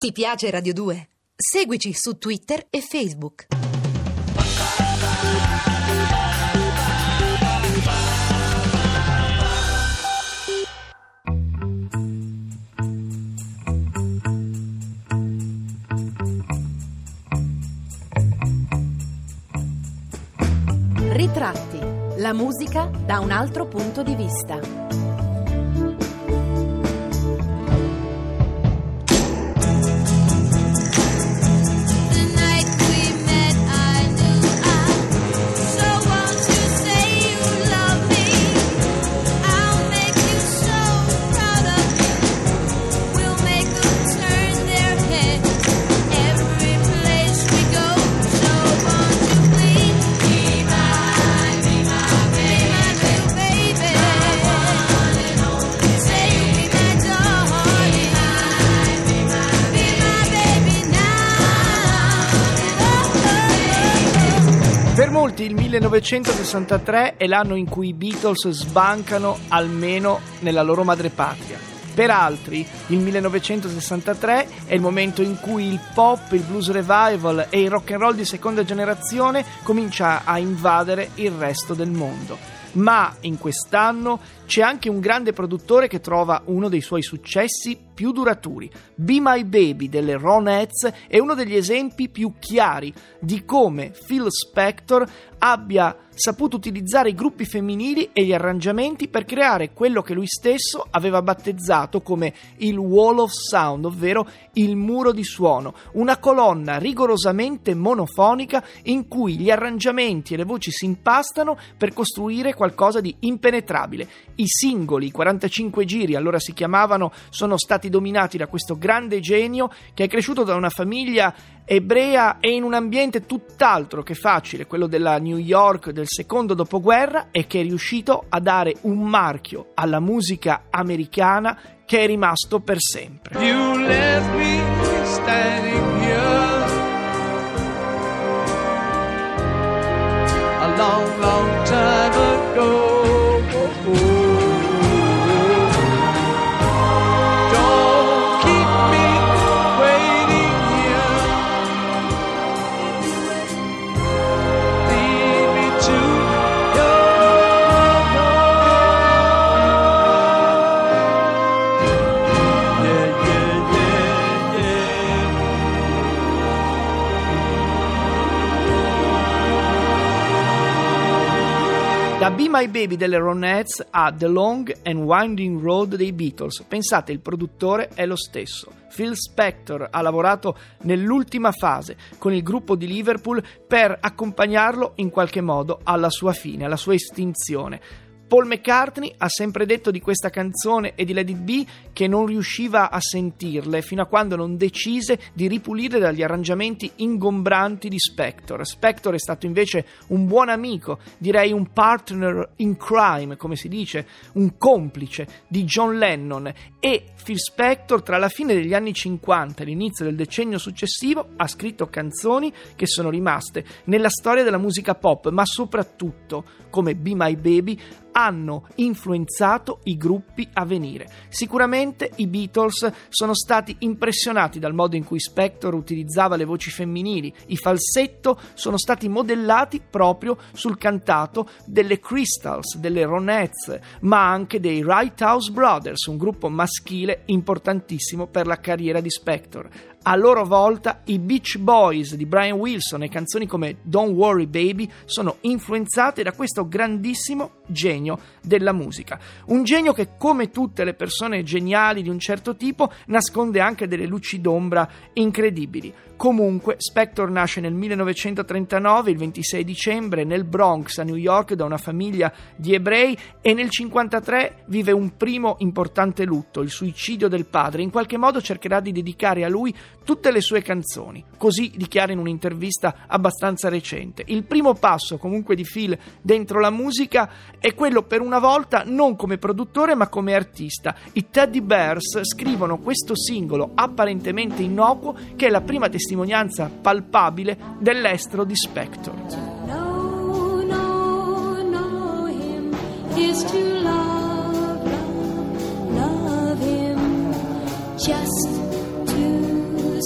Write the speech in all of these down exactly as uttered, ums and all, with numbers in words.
Ti piace Radio due? Seguici su Twitter e Facebook. Ritratti, la musica da un altro punto di vista. Per molti il millenovecentosessantatré è l'anno in cui i Beatles sbancano almeno nella loro madrepatria. Per altri il millenovecentosessantatré è il momento in cui il pop, il blues revival e il rock and roll di seconda generazione comincia a invadere il resto del mondo. Ma in quest'anno c'è anche un grande produttore che trova uno dei suoi successi più duraturi. Be My Baby delle Ronettes è uno degli esempi più chiari di come Phil Spector abbia saputo utilizzare i gruppi femminili e gli arrangiamenti per creare quello che lui stesso aveva battezzato come il Wall of Sound, ovvero il muro di suono, una colonna rigorosamente monofonica in cui gli arrangiamenti e le voci si impastano per costruire qualcosa di impenetrabile. I singoli, i quarantacinque giri, allora si chiamavano, sono stati dominati da questo grande genio che è cresciuto da una famiglia ebrea e in un ambiente tutt'altro che facile, quello della New York del secondo dopoguerra, e che è riuscito a dare un marchio alla musica americana che è rimasto per sempre. You left me standing here a long, long time ago. Da Be My Baby delle Ronettes a The Long and Winding Road dei Beatles. Pensate, il produttore è lo stesso. Phil Spector ha lavorato nell'ultima fase con il gruppo di Liverpool per accompagnarlo in qualche modo alla sua fine, alla sua estinzione. Paul McCartney ha sempre detto di questa canzone e di Let It Be che non riusciva a sentirle fino a quando non decise di ripulire dagli arrangiamenti ingombranti di Spector. Spector è stato invece un buon amico, direi un partner in crime, come si dice, un complice di John Lennon, e Phil Spector tra la fine degli anni cinquanta e l'inizio del decennio successivo ha scritto canzoni che sono rimaste nella storia della musica pop, ma soprattutto, come Be My Baby, hanno influenzato i gruppi a venire. Sicuramente i Beatles sono stati impressionati dal modo in cui Spector utilizzava le voci femminili. I falsetto sono stati modellati proprio sul cantato delle Crystals, delle Ronettes, ma anche dei Righthouse Brothers, un gruppo maschile importantissimo per la carriera di Spector. A loro volta i Beach Boys di Brian Wilson e canzoni come Don't Worry Baby sono influenzate da questo grandissimo genio della musica. Un genio che, come tutte le persone geniali di un certo tipo, nasconde anche delle luci d'ombra incredibili. Comunque, Spector nasce nel millenovecentotrentanove, il ventisei dicembre, nel Bronx, a New York, da una famiglia di ebrei, e nel cinquantatré vive un primo importante lutto, il suicidio del padre. In qualche modo cercherà di dedicare a lui tutte le sue canzoni. Così dichiara in un'intervista abbastanza recente. Il primo passo, comunque, di Phil dentro la musica è quello, per una volta, non come produttore ma come artista. I Teddy Bears scrivono questo singolo apparentemente innocuo che è la prima testimonianza palpabile dell'estro di Spector. No, no, no, him is to love, love, love him, just to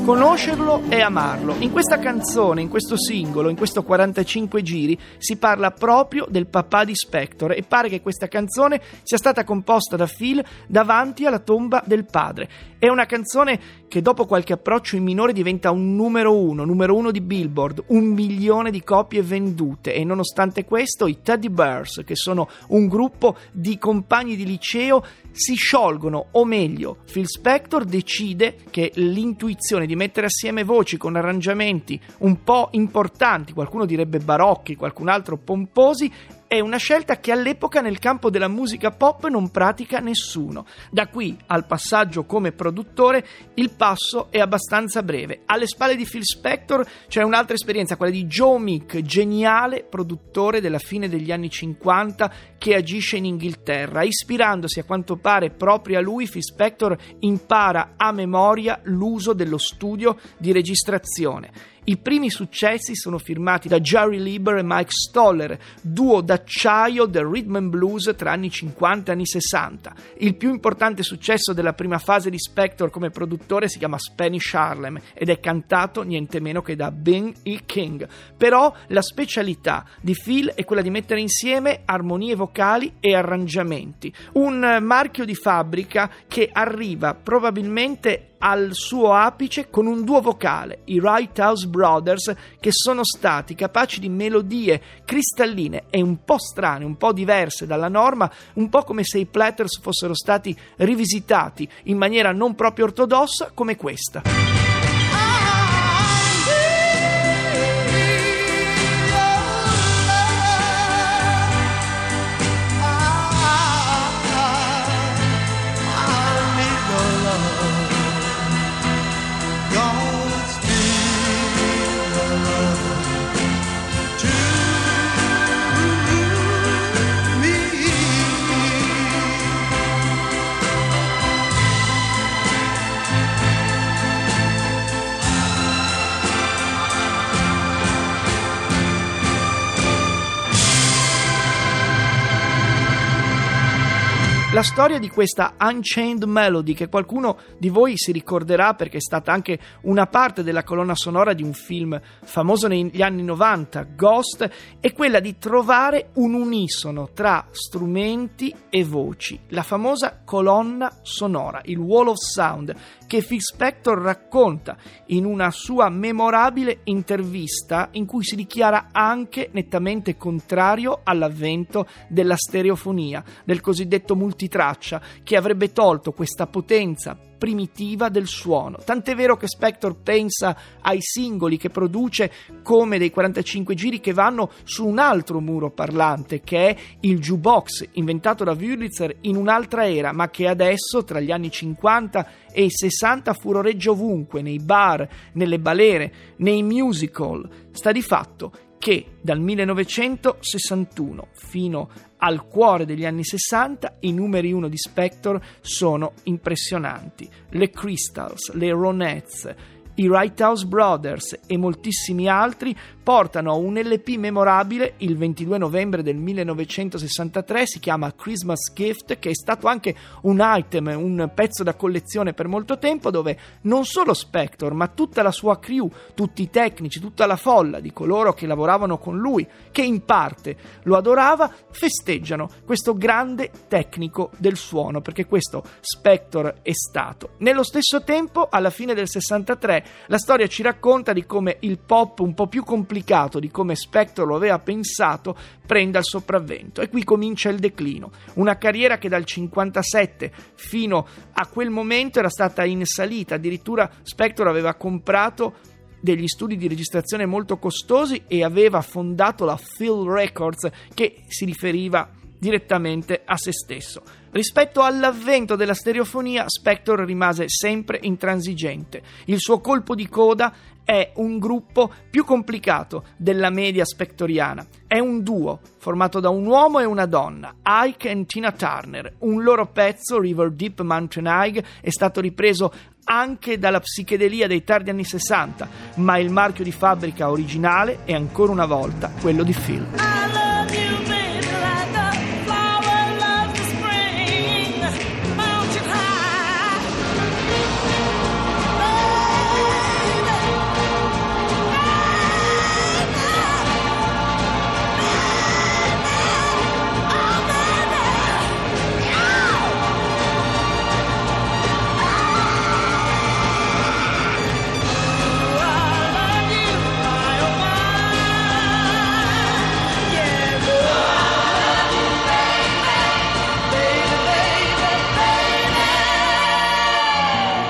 Conoscerlo e amarlo. In questa canzone, in questo singolo, in questo quarantacinque giri, si parla proprio del papà di Spector e pare che questa canzone sia stata composta da Phil davanti alla tomba del padre. È una canzone che dopo qualche approccio in minore diventa un numero uno, numero uno di Billboard, un milione di copie vendute, e nonostante questo i Teddy Bears, che sono un gruppo di compagni di liceo, si sciolgono, o meglio, Phil Spector decide che l'intuizione di mettere assieme voci con arrangiamenti un po' importanti, qualcuno direbbe barocchi, qualcun altro pomposi, è una scelta che all'epoca nel campo della musica pop non pratica nessuno. Da qui al passaggio come produttore il passo è abbastanza breve. Alle spalle di Phil Spector c'è un'altra esperienza, quella di Joe Meek, geniale produttore della fine degli anni cinquanta che agisce in Inghilterra. Ispirandosi a quanto pare proprio a lui, Phil Spector impara a memoria l'uso dello studio di registrazione. I primi successi sono firmati da Jerry Lieber e Mike Stoller, duo d'acciaio del rhythm and blues tra anni cinquanta e anni sessanta. Il più importante successo della prima fase di Spector come produttore si chiama Spanish Harlem ed è cantato niente meno che da Ben E. King. Però la specialità di Phil è quella di mettere insieme armonie vocali e arrangiamenti. Un marchio di fabbrica che arriva probabilmente al suo apice con un duo vocale, i Lighthouse Brothers, che sono stati capaci di melodie cristalline e un po' strane, un po' diverse dalla norma, un po' come se i Platters fossero stati rivisitati in maniera non proprio ortodossa come questa. La storia di questa Unchained Melody, che qualcuno di voi si ricorderà perché è stata anche una parte della colonna sonora di un film famoso negli anni novanta, Ghost, è quella di trovare un unisono tra strumenti e voci, la famosa colonna sonora, il Wall of Sound, che Phil Spector racconta in una sua memorabile intervista in cui si dichiara anche nettamente contrario all'avvento della stereofonia, del cosiddetto multitraccia, che avrebbe tolto questa potenza primitiva del suono. Tant'è vero che Spector pensa ai singoli che produce come dei quarantacinque giri che vanno su un altro muro parlante, che è il jukebox, inventato da Wurlitzer in un'altra era, ma che adesso, tra gli anni cinquanta e i sessanta, furoreggia ovunque, nei bar, nelle balere, nei musical. Sta di fatto che dal millenovecentosessantuno fino al cuore degli anni sessanta i numeri uno di Spector sono impressionanti. Le Crystals, le Ronettes, i Lighthouse Brothers e moltissimi altri portano a un L P memorabile il ventidue novembre del millenovecentosessantatré, si chiama Christmas Gift, che è stato anche un item, un pezzo da collezione per molto tempo, dove non solo Spector ma tutta la sua crew, tutti i tecnici, tutta la folla di coloro che lavoravano con lui, che in parte lo adorava, festeggiano questo grande tecnico del suono, perché questo Spector è stato. Nello stesso tempo, alla fine del sessantatré, la storia ci racconta di come il pop un po' più complicato di come Spector lo aveva pensato prenda il sopravvento, e qui comincia il declino. Una carriera che dal cinquantasette fino a quel momento era stata in salita, addirittura Spector aveva comprato degli studi di registrazione molto costosi e aveva fondato la Phil Records, che si riferiva direttamente a se stesso. Rispetto all'avvento della stereofonia, Spector rimase sempre intransigente. Il suo colpo di coda è un gruppo più complicato della media spectoriana. È un duo formato da un uomo e una donna, Ike e Tina Turner. Un loro pezzo, River Deep Mountain High, è stato ripreso anche dalla psichedelia dei tardi anni sessanta, ma il marchio di fabbrica originale è ancora una volta quello di Phil.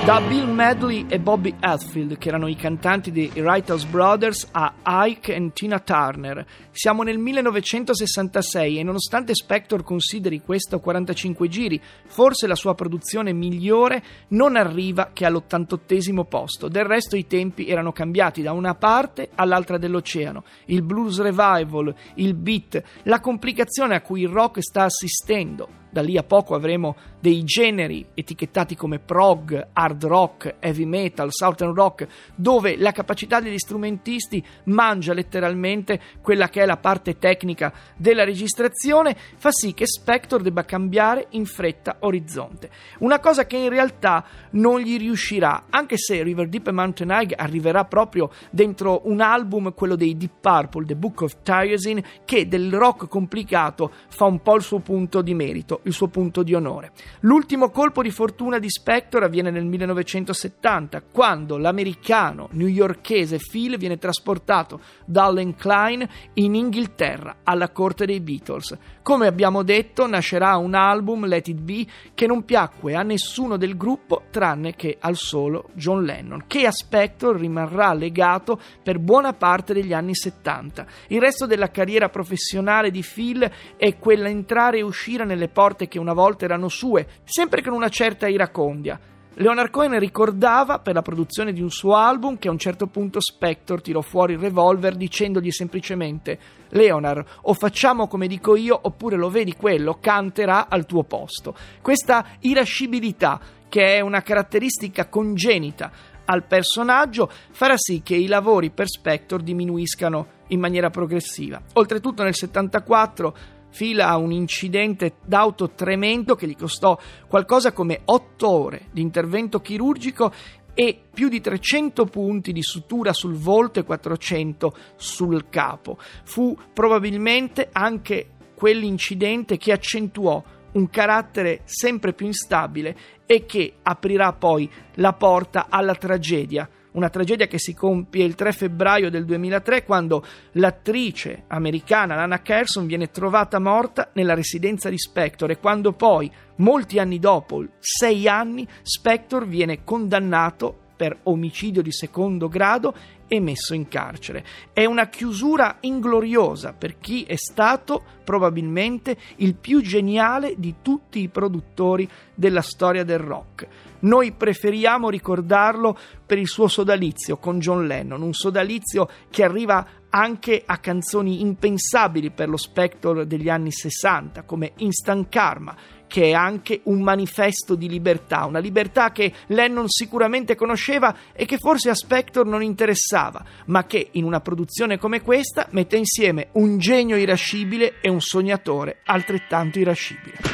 Da Bill Medley e Bobby Hatfield, che erano i cantanti dei Wrights Brothers, a Ike e Tina Turner. Siamo nel millenovecentosessantasei e nonostante Spector consideri questo quarantacinque giri forse la sua produzione migliore, non arriva che all'ottantottesimo posto. Del resto i tempi erano cambiati da una parte all'altra dell'oceano. Il blues revival, il beat, la complicazione a cui il rock sta assistendo. Da lì a poco avremo dei generi etichettati come prog, hard rock, heavy metal, southern rock, dove la capacità degli strumentisti mangia letteralmente quella che è la parte tecnica della registrazione, fa sì che Spector debba cambiare in fretta orizzonte. Una cosa che in realtà non gli riuscirà, anche se River Deep e Mountain High arriverà proprio dentro un album, quello dei Deep Purple, The Book of Tyrosin, che del rock complicato fa un po' il suo punto di merito, il suo punto di onore. L'ultimo colpo di fortuna di Spector avviene nel millenovecentosettanta, quando l'americano newyorkese Phil viene trasportato da Allen Klein in Inghilterra alla corte dei Beatles. Come abbiamo detto, nascerà un album, Let It Be, che non piacque a nessuno del gruppo tranne che al solo John Lennon, che a Spector rimarrà legato per buona parte degli anni settanta. Il resto della carriera professionale di Phil è quella entrare e uscire nelle porte che una volta erano sue, sempre con una certa iracondia. Leonard Cohen ricordava per la produzione di un suo album che a un certo punto Spector tirò fuori il revolver dicendogli semplicemente: Leonard, o facciamo come dico io oppure lo vedi quello, canterà al tuo posto. Questa irascibilità, che è una caratteristica congenita al personaggio, farà sì che i lavori per Spector diminuiscano in maniera progressiva. Oltretutto nel settantaquattro Phil ha un incidente d'auto tremendo che gli costò qualcosa come otto ore di intervento chirurgico e più di trecento punti di sutura sul volto e quattrocento sul capo. Fu probabilmente anche quell'incidente che accentuò un carattere sempre più instabile e che aprirà poi la porta alla tragedia. Una tragedia che si compie il tre febbraio del duemilatré, quando l'attrice americana Lana Carson viene trovata morta nella residenza di Spector, e quando poi, molti anni dopo, sei anni, Spector viene condannato per omicidio di secondo grado e messo in carcere. È una chiusura ingloriosa per chi è stato probabilmente il più geniale di tutti i produttori della storia del rock. Noi preferiamo ricordarlo per il suo sodalizio con John Lennon, un sodalizio che arriva anche a canzoni impensabili per lo Spector degli anni sessanta, come Instant Karma, che è anche un manifesto di libertà, una libertà che Lennon sicuramente conosceva e che forse a Spector non interessava, ma che in una produzione come questa mette insieme un genio irascibile e un sognatore altrettanto irascibile.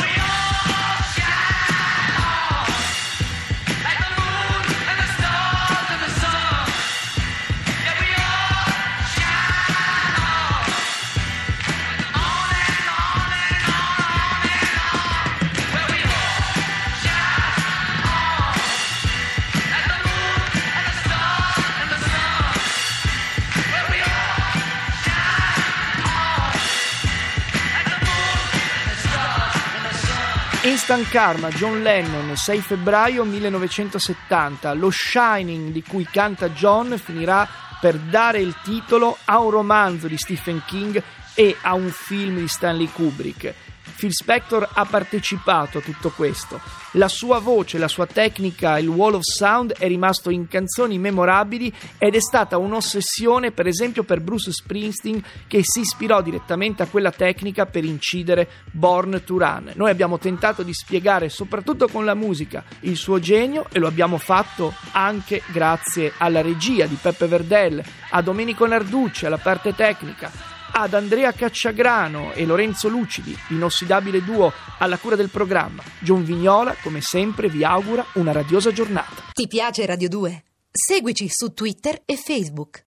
Instant Karma, John Lennon, sei febbraio millenovecentosettanta. Lo Shining di cui canta John finirà per dare il titolo a un romanzo di Stephen King e a un film di Stanley Kubrick. Phil Spector ha partecipato a tutto questo. La sua voce, la sua tecnica, il wall of sound è rimasto in canzoni memorabili ed è stata un'ossessione, per esempio, per Bruce Springsteen, che si ispirò direttamente a quella tecnica per incidere Born to Run. Noi abbiamo tentato di spiegare, soprattutto con la musica, il suo genio e lo abbiamo fatto anche grazie alla regia di Peppe Verdell, a Domenico Narducci alla parte tecnica, ad Andrea Cacciagrano e Lorenzo Lucidi, inossidabile duo alla cura del programma. John Vignola, come sempre, vi augura una radiosa giornata. Ti piace Radio due? Seguici su Twitter e Facebook.